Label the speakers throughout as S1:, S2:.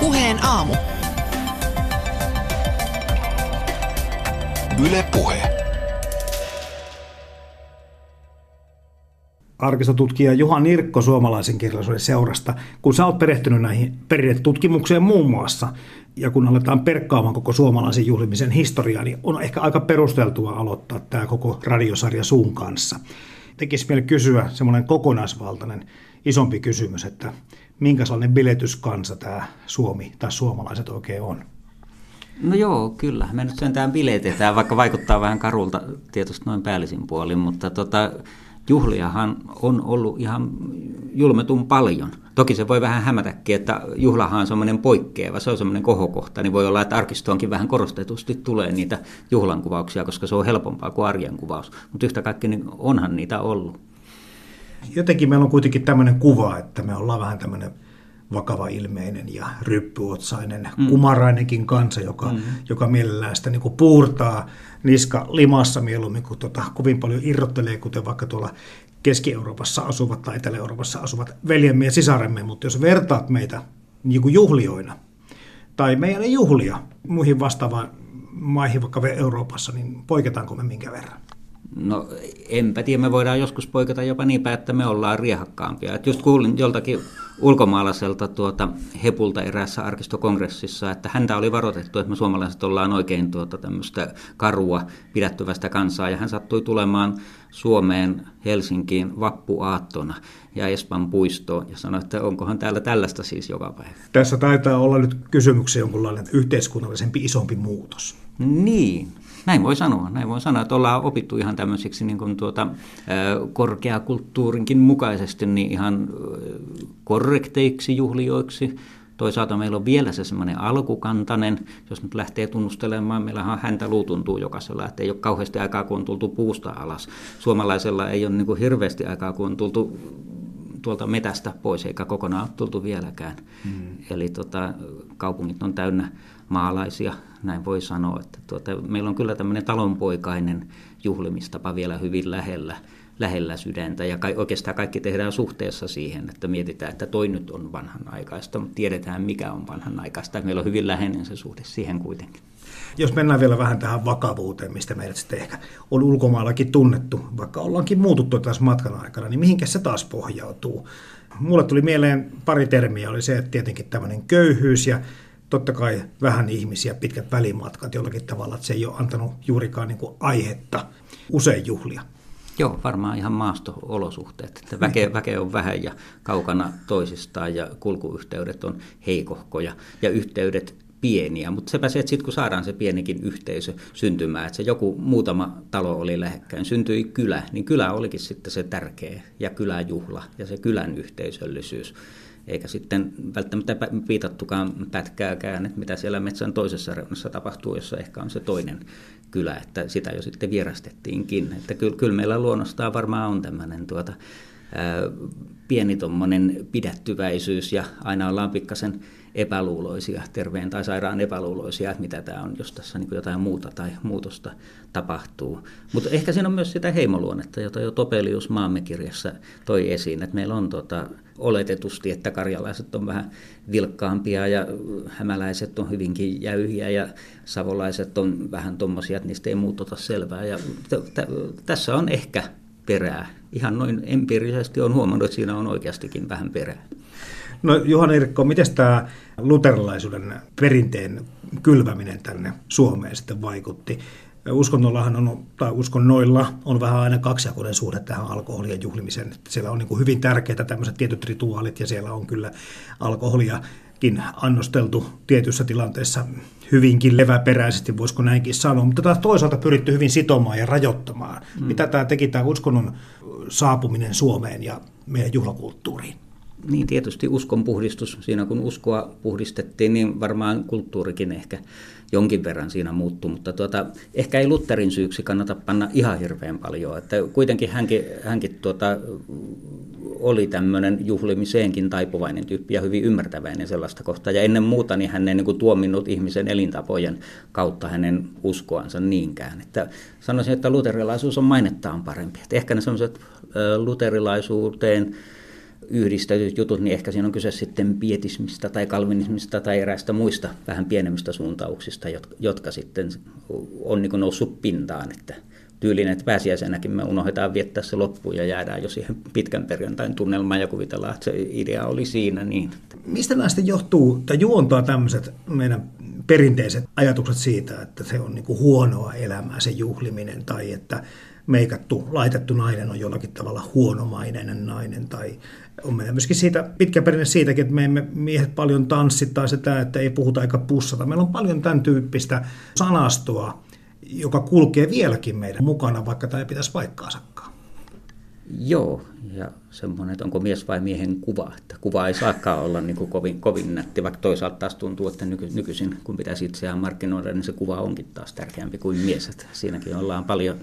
S1: Puheen aamu.
S2: Yle Puhe.
S3: Arkistotutkija Juha Nirkko Suomalaisen kirjallisuuden seurasta. Kun sä oot perehtynyt näihin perinnetutkimukseen muun muassa, ja kun aletaan perkkaamaan koko suomalaisen juhlimisen historiaa, niin on ehkä aika perusteltua aloittaa tämä koko radiosarja sun kanssa. Tekisi mieli kysyä semmoinen kokonaisvaltainen isompi kysymys, että minkälainen biletyskansa tämä Suomi tai suomalaiset oikein on?
S4: No joo, kyllä. Me nyt sentään biletetään, vaikka vaikuttaa vähän karulta tietysti noin päällisin puolin, mutta juhliahan on ollut ihan julmetun paljon. Toki se voi vähän hämätäkin, että juhlahan on semmoinen poikkeava, se on semmoinen kohokohta, niin voi olla, että arkistoonkin vähän korostetusti tulee niitä juhlankuvauksia, koska se on helpompaa kuin arjen kuvaus. Mutta yhtä kaikki niin onhan niitä ollut.
S3: Jotenkin meillä on kuitenkin tämmöinen kuva, että me ollaan vähän tämmöinen vakava ilmeinen ja ryppyotsainen, kumarainenkin kansa, joka mielellään sitä niin kuin puurtaa niska limassa mieluummin, kun kovin paljon irrottelee, kuten vaikka tuolla Keski-Euroopassa asuvat tai Etelä-Euroopassa asuvat veljemme ja sisaremme. Mutta jos vertaat meitä niin kuin juhlioina tai meidän juhlia muihin vastaavaan maihin vaikka Euroopassa, niin poiketaanko me minkä verran?
S4: No enpä tiedä, me voidaan joskus poiketa jopa niin päin, että me ollaan riehakkaampia. Et just kuulin joltakin ulkomaalaiselta Hepulta eräässä arkistokongressissa, että häntä oli varoitettu, että me suomalaiset ollaan oikein tämmöistä karua pidättyvästä kansaa, ja hän sattui tulemaan Suomeen Helsinkiin vappuaattona ja Espan puistoon ja sanoi, että onkohan täällä tällaista siis joka päivä.
S3: Tässä taitaa olla nyt kysymykseen jonkunlainen yhteiskunnallisempi isompi muutos.
S4: Niin. Näin voi sanoa, että ollaan opittu ihan tämmöisiksi niin kuin korkeakulttuurinkin mukaisesti niin ihan korrekteiksi juhlioiksi. Toisaalta meillä on vielä se semmoinen alkukantainen, jos nyt lähtee tunnustelemaan, meillähän häntä luutuntuu jokaisella, että ei ole kauheasti aikaa, kun on tultu puusta alas. Suomalaisella ei ole niin kuin hirveästi aikaa, kun on tultu tuolta metästä pois, eikä kokonaan ole tultu vieläkään. Eli kaupungit on täynnä maalaisia, näin voi sanoa, että meillä on kyllä tämmöinen talonpoikainen juhlimistapa vielä hyvin lähellä sydäntä, ja oikeastaan kaikki tehdään suhteessa siihen, että mietitään, että toi nyt on vanhanaikaista, mutta tiedetään mikä on vanhanaikaista, meillä on hyvin läheinen se suhde siihen kuitenkin.
S3: Jos mennään vielä vähän tähän vakavuuteen, mistä meidät sitten ehkä on ulkomaillakin tunnettu, vaikka ollaankin muututtu tässä matkan aikana, niin mihinkä se taas pohjautuu? Mulle tuli mieleen pari termiä, oli se, että tietenkin tämmöinen köyhyys ja totta kai vähän ihmisiä, pitkät välimatkat jollakin tavalla, että se ei ole antanut juurikaan niin kuin aihetta usein juhlia.
S4: Joo, varmaan ihan maasto-olosuhteet, että väkeä on vähän ja kaukana toisistaan ja kulkuyhteydet on heikohkoja ja yhteydet pieniä, mutta sepä se, että sitten kun saadaan se pienikin yhteisö syntymään, että se joku muutama talo oli lähekkäin, syntyi kylä, niin kylä olikin sitten se tärkeä ja kyläjuhla ja se kylän yhteisöllisyys. Eikä sitten välttämättä viitattukaan pätkääkään, että mitä siellä metsän toisessa reunassa tapahtuu, jossa ehkä on se toinen kylä, että sitä jo sitten vierastettiinkin. Että kyllä meillä luonnostaan varmaan on tämmöinen pieni tommoinen pidättyväisyys ja aina ollaan pikkasen epäluuloisia, terveen tai sairaan epäluuloisia, että mitä tämä on, jos tässä niin jotain muuta tai muutosta tapahtuu. Mutta ehkä siinä on myös sitä heimoluonnetta, jota jo Topelius Maamme-kirjassa toi esiin, että meillä on oletetusti, että karjalaiset on vähän vilkkaampia ja hämäläiset on hyvinkin jäyhiä ja savolaiset on vähän tommosia, että niistä ei muut ota selvää. Ja tässä on ehkä perää. Ihan noin empiirisesti on huomannut, että siinä on oikeastikin vähän perää.
S3: No Juha Nirkko, miten tämä luterilaisuuden perinteen kylväminen tänne Suomeen sitten vaikutti? Uskonnoilla on vähän aina kaksijakoinen suhde tähän alkoholien juhlimiseen. Siellä on niin kuin hyvin tärkeitä tämmöiset tietyt rituaalit ja siellä on kyllä alkoholiakin annosteltu tietyissä tilanteissa hyvinkin leväperäisesti, voisiko näinkin sanoa, mutta taas toisaalta pyritty hyvin sitomaan ja rajoittamaan. Mitä tämä teki tämä uskonnon saapuminen Suomeen ja meidän juhlakulttuuriin?
S4: Niin tietysti uskonpuhdistus, siinä kun uskoa puhdistettiin, niin varmaan kulttuurikin ehkä jonkin verran siinä muuttui, mutta ehkä ei Lutherin syyksi kannata panna ihan hirveän paljon, että kuitenkin hänkin oli tämmöinen juhlimiseenkin taipuvainen tyyppi ja hyvin ymmärtäväinen sellaista kohtaa, ja ennen muuta niin hän ei niin kuin tuominnut ihmisen elintapojen kautta hänen uskoansa niinkään, että sanoisin, että luterilaisuus on mainettaan parempi, että ehkä ne sellaiset luterilaisuuteen yhdistetyt jutut, niin ehkä siinä on kyse sitten pietismistä tai kalvinismista tai eräistä muista vähän pienemmistä suuntauksista, jotka sitten on niin kuin noussut pintaan, että tyylinen, että pääsiäisenäkin me unohdetaan viettää se loppuun ja jäädään jo siihen pitkän perjantain tunnelmaan ja kuvitellaan, että se idea oli siinä. Niin.
S3: Mistä nämä sitten johtuu tai juontaa tämmöiset meidän perinteiset ajatukset siitä, että se on niin kuin huonoa elämää se juhliminen tai että meikattu, laitettu nainen on jollakin tavalla huonomainen nainen tai on meillä myöskin siitä, pitkä perinne siitäkin, että me emme miehet paljon tanssi tai sitä, että ei puhuta eikä pussata. Meillä on paljon tämän tyyppistä sanastoa, joka kulkee vieläkin meidän mukana, vaikka tämä ei pitäisi paikkaansakaan.
S4: Joo, ja semmoinen, että onko mies vai miehen kuva, että kuva ei saakaan olla niin kuin kovin nätti, vaikka toisaalta taas tuntuu, että nykyisin kun pitäisi itseään markkinoida, niin se kuva onkin taas tärkeämpi kuin mies, että siinäkin ollaan paljon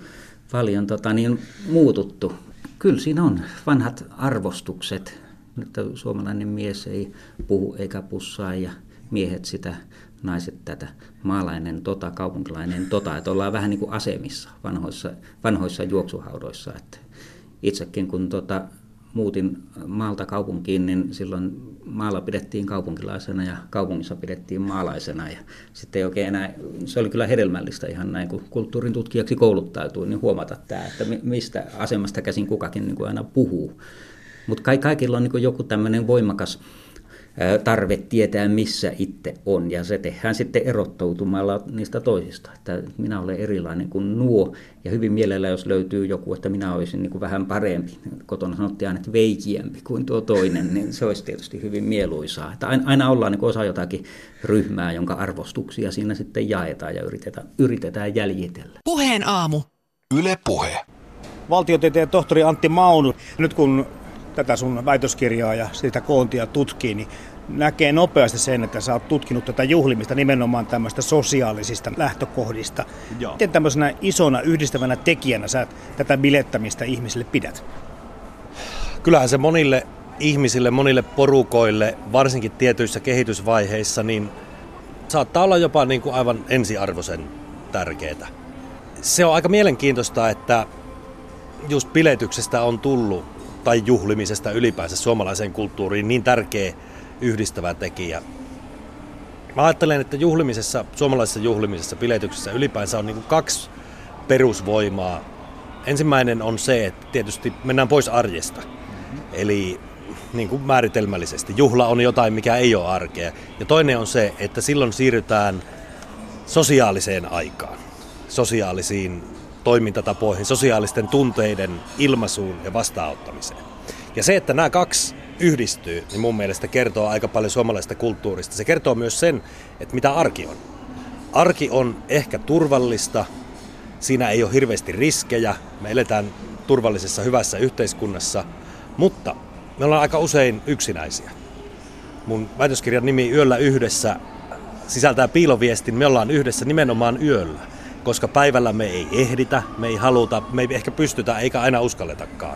S4: muututtu. Kyllä siinä on vanhat arvostukset, että suomalainen mies ei puhu eikä pussaa ja miehet sitä, naiset tätä, maalainen kaupunkilainen että ollaan vähän niin kuin asemissa vanhoissa juoksuhaudoissa. Että itsekin kun muutin maalta kaupunkiin, niin silloin maalla pidettiin kaupunkilaisena ja kaupungissa pidettiin maalaisena. Ja sitten ei oikein enää, se oli kyllä hedelmällistä ihan näin, kun kulttuurin tutkijaksi kouluttautuu, niin huomata tämä, että mistä asemasta käsin kukakin niin kuin aina puhuu. Mutta kaikilla on niin kuin joku tämmöinen voimakas tarve tietää, missä itse on, ja se tehdään sitten erottautumalla niistä toisista, että minä olen erilainen kuin nuo, ja hyvin mielellä, jos löytyy joku, että minä olisin niin kuin vähän parempi, kotona sanottiin aina, että veikiämpi kuin tuo toinen, niin se olisi tietysti hyvin mieluisaa, että aina ollaan niin kuin osa jotakin ryhmää, jonka arvostuksia siinä sitten jaetaan ja yritetään jäljitellä.
S1: Puheen aamu.
S2: Yle Puhe.
S3: Valtiotieteen tohtori Antti Maunu, nyt kun tätä sun väitöskirjaa ja sitä koontia tutkii, niin näkee nopeasti sen, että sä oot tutkinut tätä juhlimista nimenomaan tämmöistä sosiaalisista lähtökohdista. Joo. Miten tämmöisenä isona yhdistävänä tekijänä sä tätä bilettämistä ihmisille pidät?
S5: Kyllähän se monille ihmisille, monille porukoille, varsinkin tietyissä kehitysvaiheissa, niin saattaa olla jopa niin kuin aivan ensiarvoisen tärkeää. Se on aika mielenkiintoista, että just biletyksestä on tullut tai juhlimisesta ylipäänsä suomalaiseen kulttuuriin niin tärkeä yhdistävä tekijä. Mä ajattelen, että suomalaisessa juhlimisessa, biletyksessä ylipäänsä on niin kuin kaksi perusvoimaa. Ensimmäinen on se, että tietysti mennään pois arjesta. Eli niin kuin määritelmällisesti. Juhla on jotain, mikä ei ole arkea. Ja toinen on se, että silloin siirrytään sosiaaliseen aikaan, sosiaalisiin toimintatapoihin, sosiaalisten tunteiden ilmaisuun ja vastaanottamiseen. Ja se, että nämä kaksi yhdistyy, niin mun mielestä kertoo aika paljon suomalaisesta kulttuurista. Se kertoo myös sen, että mitä arki on. Arki on ehkä turvallista, siinä ei ole hirveästi riskejä, me eletään turvallisessa, hyvässä yhteiskunnassa, mutta me ollaan aika usein yksinäisiä. Mun väitöskirjan nimi Yöllä yhdessä sisältää piiloviestin, me ollaan yhdessä nimenomaan yöllä. Koska päivällä me ei ehditä, me ei haluta, me ei ehkä pystytä eikä aina uskalletakaan.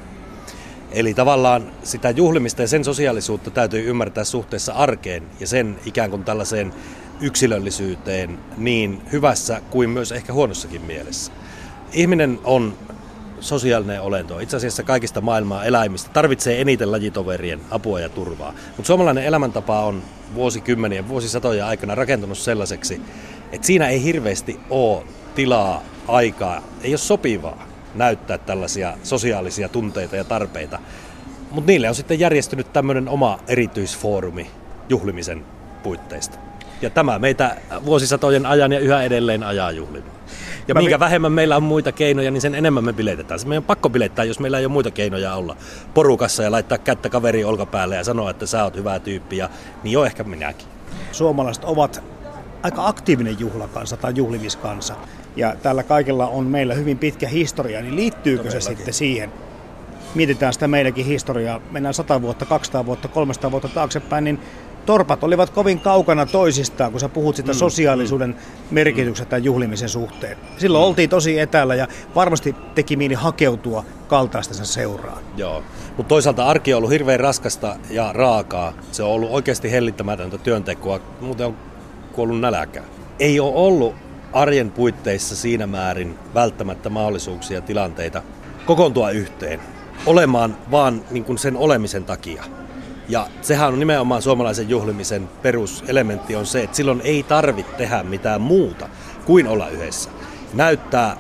S5: Eli tavallaan sitä juhlimista ja sen sosiaalisuutta täytyy ymmärtää suhteessa arkeen ja sen ikään kuin tällaiseen yksilöllisyyteen niin hyvässä kuin myös ehkä huonossakin mielessä. Ihminen on sosiaalinen olento. Itse asiassa kaikista maailmaa eläimistä tarvitsee eniten lajitoverien apua ja turvaa. Mutta suomalainen elämäntapa on vuosikymmenien, vuosisatojen aikana rakentunut sellaiseksi, että siinä ei hirveästi ole tilaa, aikaa, ei ole sopivaa näyttää tällaisia sosiaalisia tunteita ja tarpeita. Mutta niille on sitten järjestynyt tämmöinen oma erityisfoorumi juhlimisen puitteista. Ja tämä meitä vuosisatojen ajan ja yhä edelleen ajaa juhlimaan. Ja minkä vähemmän meillä on muita keinoja, niin sen enemmän me biletetään. Meidän on pakko bilettää, jos meillä ei ole muita keinoja olla porukassa ja laittaa kättä kaveri olkapäälle ja sanoa, että sä oot hyvä tyyppi ja niin jo ehkä minäkin.
S3: Suomalaiset ovat aika aktiivinen juhlakansa tai juhlimiskansa. Ja tällä kaikella on meillä hyvin pitkä historia, niin liittyykö se sitten siihen? Mietitään sitä meidänkin historiaa, mennään 100 vuotta, 200 vuotta, 300 vuotta taaksepäin, niin torpat olivat kovin kaukana toisistaan, kun sä puhut sitä sosiaalisuuden merkityksestä tämän juhlimisen suhteen. Silloin oltiin tosi etäällä ja varmasti teki mieli hakeutua kaltaistensa seuraan.
S5: Joo, mutta toisaalta arki on ollut hirveän raskasta ja raakaa. Se on ollut oikeasti hellittämätöntä työntekoa, muuten on kuollut nälkään. Ei ole ollut arjen puitteissa siinä määrin välttämättä mahdollisuuksia ja tilanteita kokoontua yhteen. olemaan vaan niin kuin sen olemisen takia. Ja sehän on nimenomaan suomalaisen juhlimisen peruselementti on se, että silloin ei tarvitse tehdä mitään muuta kuin olla yhdessä. Näyttää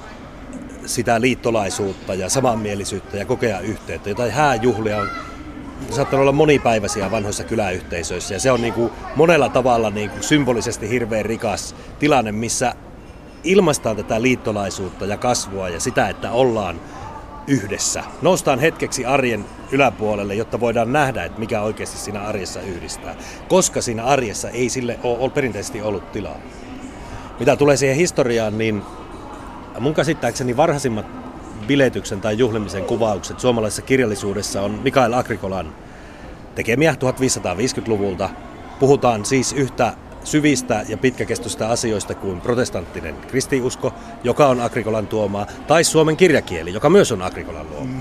S5: sitä liittolaisuutta ja samanmielisyyttä ja kokea yhteyttä. Jotain hääjuhlia on saattanut olla monipäiväisiä vanhoissa kyläyhteisöissä ja se on niin kuin monella tavalla niin kuin symbolisesti hirveän rikas tilanne, missä ilmaistaan tätä liittolaisuutta ja kasvua ja sitä, että ollaan yhdessä. Noustaan hetkeksi arjen yläpuolelle, jotta voidaan nähdä, että mikä oikeasti siinä arjessa yhdistää, koska siinä arjessa ei sille ole perinteisesti ollut tilaa. Mitä tulee siihen historiaan, niin mun käsittääkseni varhaisimmat biletyksen tai juhlimisen kuvaukset suomalaisessa kirjallisuudessa on Mikael Agricolan tekemiä 1550-luvulta. Puhutaan siis yhtä syvistä ja pitkäkestoisista asioista kuin protestanttinen kristiusko, joka on Agricolan tuomaa, tai suomen kirjakieli, joka myös on Agricolan luoma.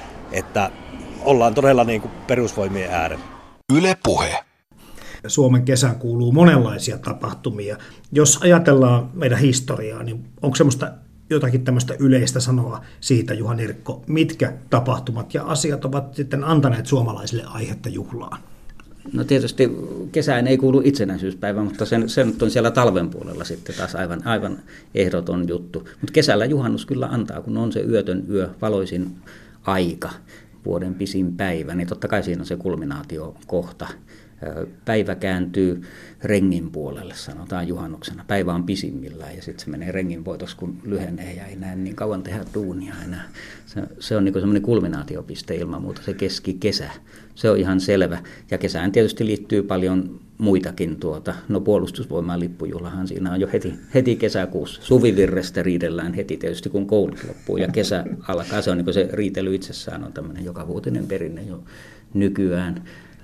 S5: Että ollaan todella niin kuin perusvoimien äärellä.
S1: Yle Puhe.
S3: Suomen kesään kuuluu monenlaisia tapahtumia. Jos ajatellaan meidän historiaa, niin onko semmoista jotakin tämmöistä yleistä sanoa siitä, Juha Nirkko, mitkä tapahtumat ja asiat ovat sitten antaneet suomalaisille aihetta juhlaan?
S4: No tietysti kesään ei kuulu itsenäisyyspäivä, mutta se nyt on siellä talven puolella sitten taas aivan ehdoton juttu. Mutta kesällä juhannus kyllä antaa, kun on se yötön yö, valoisin aika, vuoden pisin päivä, niin totta kai siinä on se kulminaatiokohta. Päivä kääntyy rengin puolelle, sanotaan juhannuksena. Päivä on pisimmillään ja sitten se menee rengin voitoksi, kun lyhenee ja ei näe niin kauan tehdä duunia enää. Se on niin kuin semmoinen kulminaatiopiste ilman muuta, se keskikesä. Se on ihan selvä. Ja kesään tietysti liittyy paljon muitakin. No puolustusvoimaan lippujuhlahan siinä on jo heti kesäkuussa. Suvivirrestä riidellään heti tietysti, kun koulut loppuu ja kesä alkaa. Se on niin kuin se riitely itsessään on tämmöinen jokavuotinen perinne jo nykyään.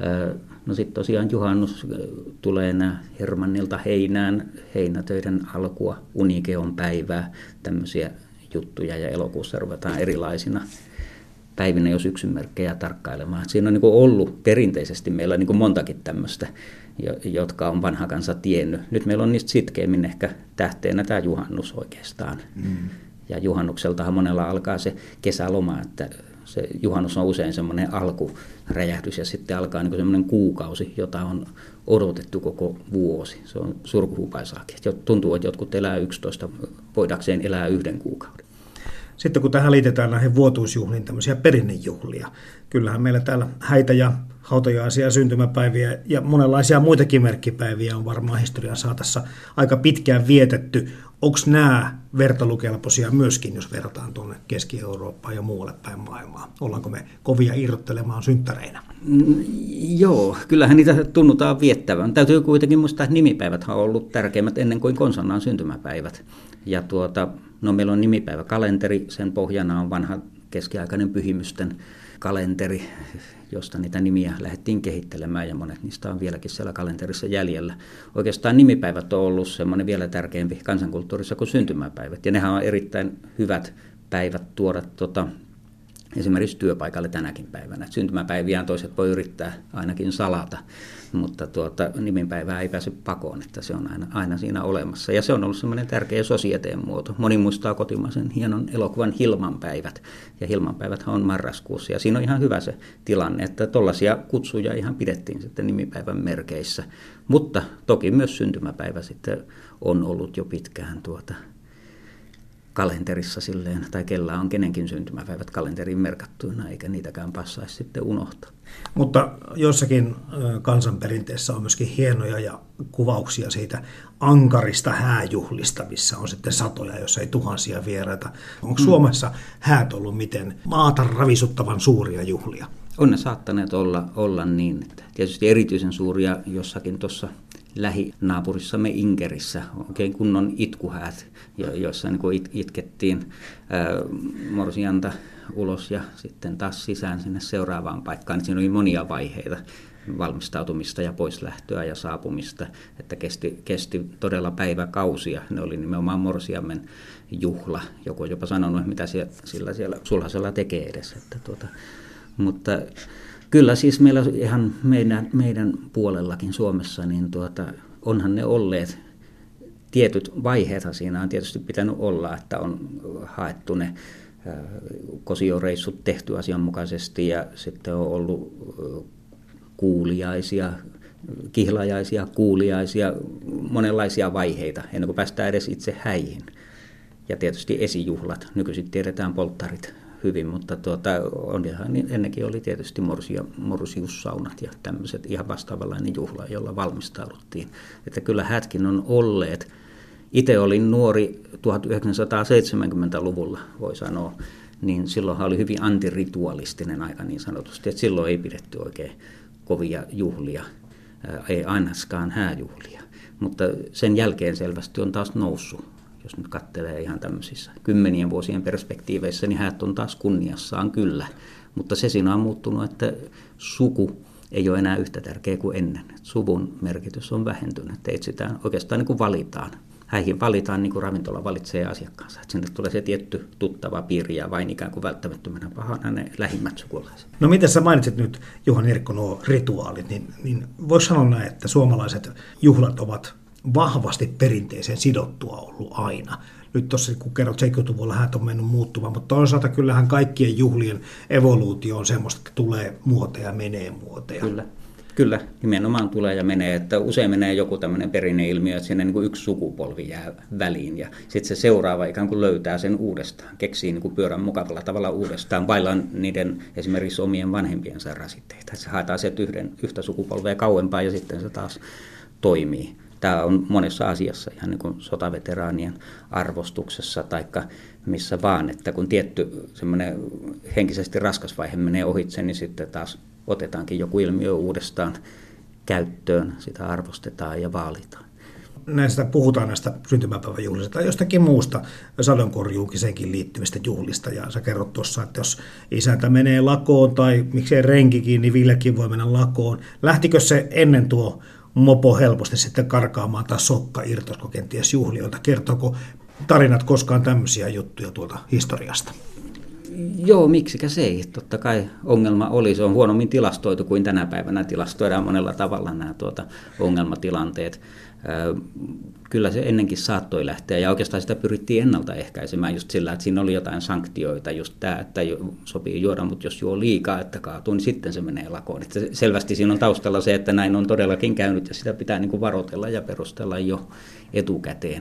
S4: No sitten tosiaan juhannus tulee nämä Hermannilta heinään, heinätöiden alkua, Unikeon päivää, tämmöisiä juttuja ja elokuussa ruvetaan erilaisina päivinä jo syksyn merkkejä tarkkailemaan. Siinä on niin kuin ollut perinteisesti meillä niin kuin montakin tämmöistä, jotka on vanha kansa tiennyt. Nyt meillä on niistä sitkeimmin ehkä tähteenä tämä juhannus oikeastaan. Ja juhannukseltahan monella alkaa se kesäloma, että se juhannus on usein semmoinen alkuräjähdys ja sitten alkaa niin semmoinen kuukausi, jota on odotettu koko vuosi. Se on surkuhupaisaakin. Tuntuu, että jotkut elää 11 voidakseen elää 1 kuukauden.
S3: Sitten kun tähän liitetään näihin vuotuisjuhliin tämmöisiä perinnejuhlia, kyllähän meillä täällä häitä ja hautajaisia, syntymäpäiviä ja monenlaisia muitakin merkkipäiviä on varmaan historian saatossa aika pitkään vietetty. Onko nämä vertailukelpoisia myöskin, jos verrataan tuonne Keski-Eurooppaan ja muualle päin maailmaa? Ollaanko me kovia irrottelemaan synttäreinä?
S4: Joo, kyllähän niitä tunnutaan viettävän. Täytyy kuitenkin muistaa, että nimipäiväthän on ollut tärkeimmät ennen kuin konsanaan syntymäpäivät. Ja meillä on nimipäiväkalenteri, sen pohjana on vanha keskiaikainen pyhimysten kalenteri, josta niitä nimiä lähdettiin kehittelemään ja monet niistä on vieläkin siellä kalenterissa jäljellä. Oikeastaan nimipäivät on ollut semmoinen vielä tärkeämpi kansankulttuurissa kuin syntymäpäivät ja nehän on erittäin hyvät päivät tuoda esimerkiksi työpaikalle tänäkin päivänä. Syntymäpäiviään toiset voi yrittää ainakin salata, mutta nimipäivää ei pääse pakoon, että se on aina siinä olemassa. Ja se on ollut semmoinen tärkeä sosieteen muoto. Moni muistaa kotimaisen hienon elokuvan Hilmanpäivät, ja Hilmanpäiväthän on marraskuussa. Ja siinä on ihan hyvä se tilanne, että tollaisia kutsuja ihan pidettiin sitten nimipäivän merkeissä. Mutta toki myös syntymäpäivä sitten on ollut jo pitkään kalenterissa silleen, tai kellä on kenenkin syntymäpäivät kalenteriin merkattuina, eikä niitäkään passaisi sitten unohtaa.
S3: Mutta jossakin kansanperinteessä on myöskin hienoja ja kuvauksia siitä ankarista hääjuhlista, missä on sitten satoja, jos ei tuhansia vieraita. Onko Suomessa häät ollut miten maata ravisuttavan suuria juhlia?
S4: On ne saattaneet olla niin, että tietysti erityisen suuria jossakin tuossa lähinaapurissamme Inkerissä, oikein kunnon itkuhäät, joissa niin itkettiin morsianta ulos ja sitten taas sisään sinne seuraavaan paikkaan. Siinä oli monia vaiheita, valmistautumista ja poislähtöä ja saapumista, että kesti todella päiväkausia. Ne oli nimenomaan morsiammen juhla. Joku on jopa sanonut, että mitä sillä siellä sulhasella tekee edes. Mutta kyllä siis meillä ihan meidän puolellakin Suomessa, niin onhan ne olleet tietyt vaiheethan siinä on tietysti pitänyt olla, että on haettu ne kosioreissut tehty asianmukaisesti ja sitten on ollut kuuliaisia, kihlajaisia, kuuliaisia, monenlaisia vaiheita ennen kuin päästään edes itse häihin. Ja tietysti esijuhlat, nykyisin tiedetään polttarit hyvin, mutta ennenkin oli tietysti morsiussaunat ja tämmöiset ihan vastaavanlainen juhla, jolla valmistauduttiin. Että kyllä hätkin on olleet. Itse olin nuori 1970-luvulla, voi sanoa, niin silloinhan oli hyvin antiritualistinen aika niin sanotusti, että silloin ei pidetty oikein kovia juhlia, ei ainakaan hääjuhlia, mutta sen jälkeen selvästi on taas noussut. Jos nyt katselee ihan tämmöisissä 10 vuosien perspektiiveissä, niin häät on taas kunniassaan kyllä. Mutta se siinä on muuttunut, että suku ei ole enää yhtä tärkeä kuin ennen. Suvun merkitys on vähentynyt, että etsitään oikeastaan niin kuin valitaan. Häihin valitaan niin kuin ravintola valitsee asiakkaansa. Että sinne tulee se tietty tuttava piiri ja vain ikään kuin välttämättömänä pahana ne lähimmät sukulaiset.
S3: No miten sä mainitsit nyt, Juha Nirkko, nuo rituaalit, niin voisi sanoa näin, että suomalaiset juhlat ovat vahvasti perinteeseen sidottua ollut aina. Nyt tuossa kun kerrot 70-luvulla häät on mennyt muuttumaan, mutta toisaalta kyllähän kaikkien juhlien evoluutio on semmoista, että tulee muoteja, menee muoteja.
S4: Kyllä, nimenomaan tulee ja menee, että usein menee joku tämmöinen perinneilmiö, että siinä niin kuin yksi sukupolvi jää väliin ja sitten se seuraava ikään kuin löytää sen uudestaan, keksii niin kuin pyörän mukavalla tavalla uudestaan, vailla niiden esimerkiksi omien vanhempiensa rasitteita. Se haetaan sieltä yhtä sukupolvea kauempaa ja sitten se taas toimii. Tämä on monessa asiassa ihan niin kuin sotaveteraanien arvostuksessa tai missä vaan, että kun tietty semmoinen henkisesti raskas vaihe menee ohitse, niin sitten taas otetaankin joku ilmiö uudestaan käyttöön, sitä arvostetaan ja vaalitaan.
S3: Näistä puhutaan näistä syntymäpäiväjuhlista tai jostakin muusta sadonkorjuukiseenkin liittyvistä juhlista. Ja sä kerrot tuossa, että jos isäntä menee lakoon tai miksei renkikin, niin Villekin voi mennä lakoon. Lähtikö se ennen tuo mopo helposti sitten karkaamaan tai sokka irtosko kenties juhlijoilta? Kertooko tarinat koskaan tämmöisiä juttuja tuolta historiasta?
S4: Joo, miksikä se ei. Totta kai ongelma oli. Se on huonommin tilastoitu kuin tänä päivänä tilastoidaan monella tavalla nämä ongelmatilanteet. Kyllä se ennenkin saattoi lähteä ja oikeastaan sitä pyrittiin ennaltaehkäisemään just sillä, että siinä oli jotain sanktioita. Just tämä, että sopii juoda, mutta jos juo liikaa, että kaatuu, niin sitten se menee lakoon. Että selvästi siinä on taustalla se, että näin on todellakin käynyt ja sitä pitää niin kuin varoitella ja perustella jo etukäteen.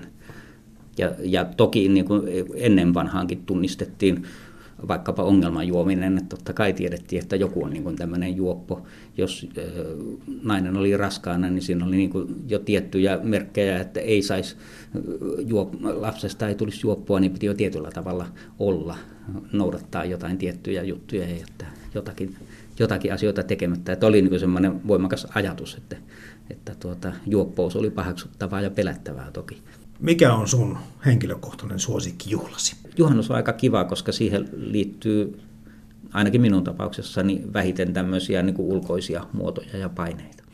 S4: Ja toki niin kuin ennen vanhaankin tunnistettiin vaikkapa ongelmajuominen, että totta kai tiedettiin, että joku on niin kuin tämmöinen juoppo. Jos nainen oli raskaana, niin siinä oli niin kuin jo tiettyjä merkkejä, että ei saisi lapsesta ei tulisi juoppua, niin piti jo tietyllä tavalla olla, noudattaa jotain tiettyjä juttuja ja jättää jotakin asioita tekemättä. Että oli niin kuin semmoinen voimakas ajatus, että juoppous oli paheksuttavaa ja pelättävää toki.
S3: Mikä on sun henkilökohtainen suosikkijuhlasi?
S4: Juhannus on aika kiva, koska siihen liittyy ainakin minun tapauksessani vähiten tämmöisiä niin kuin ulkoisia muotoja ja paineita.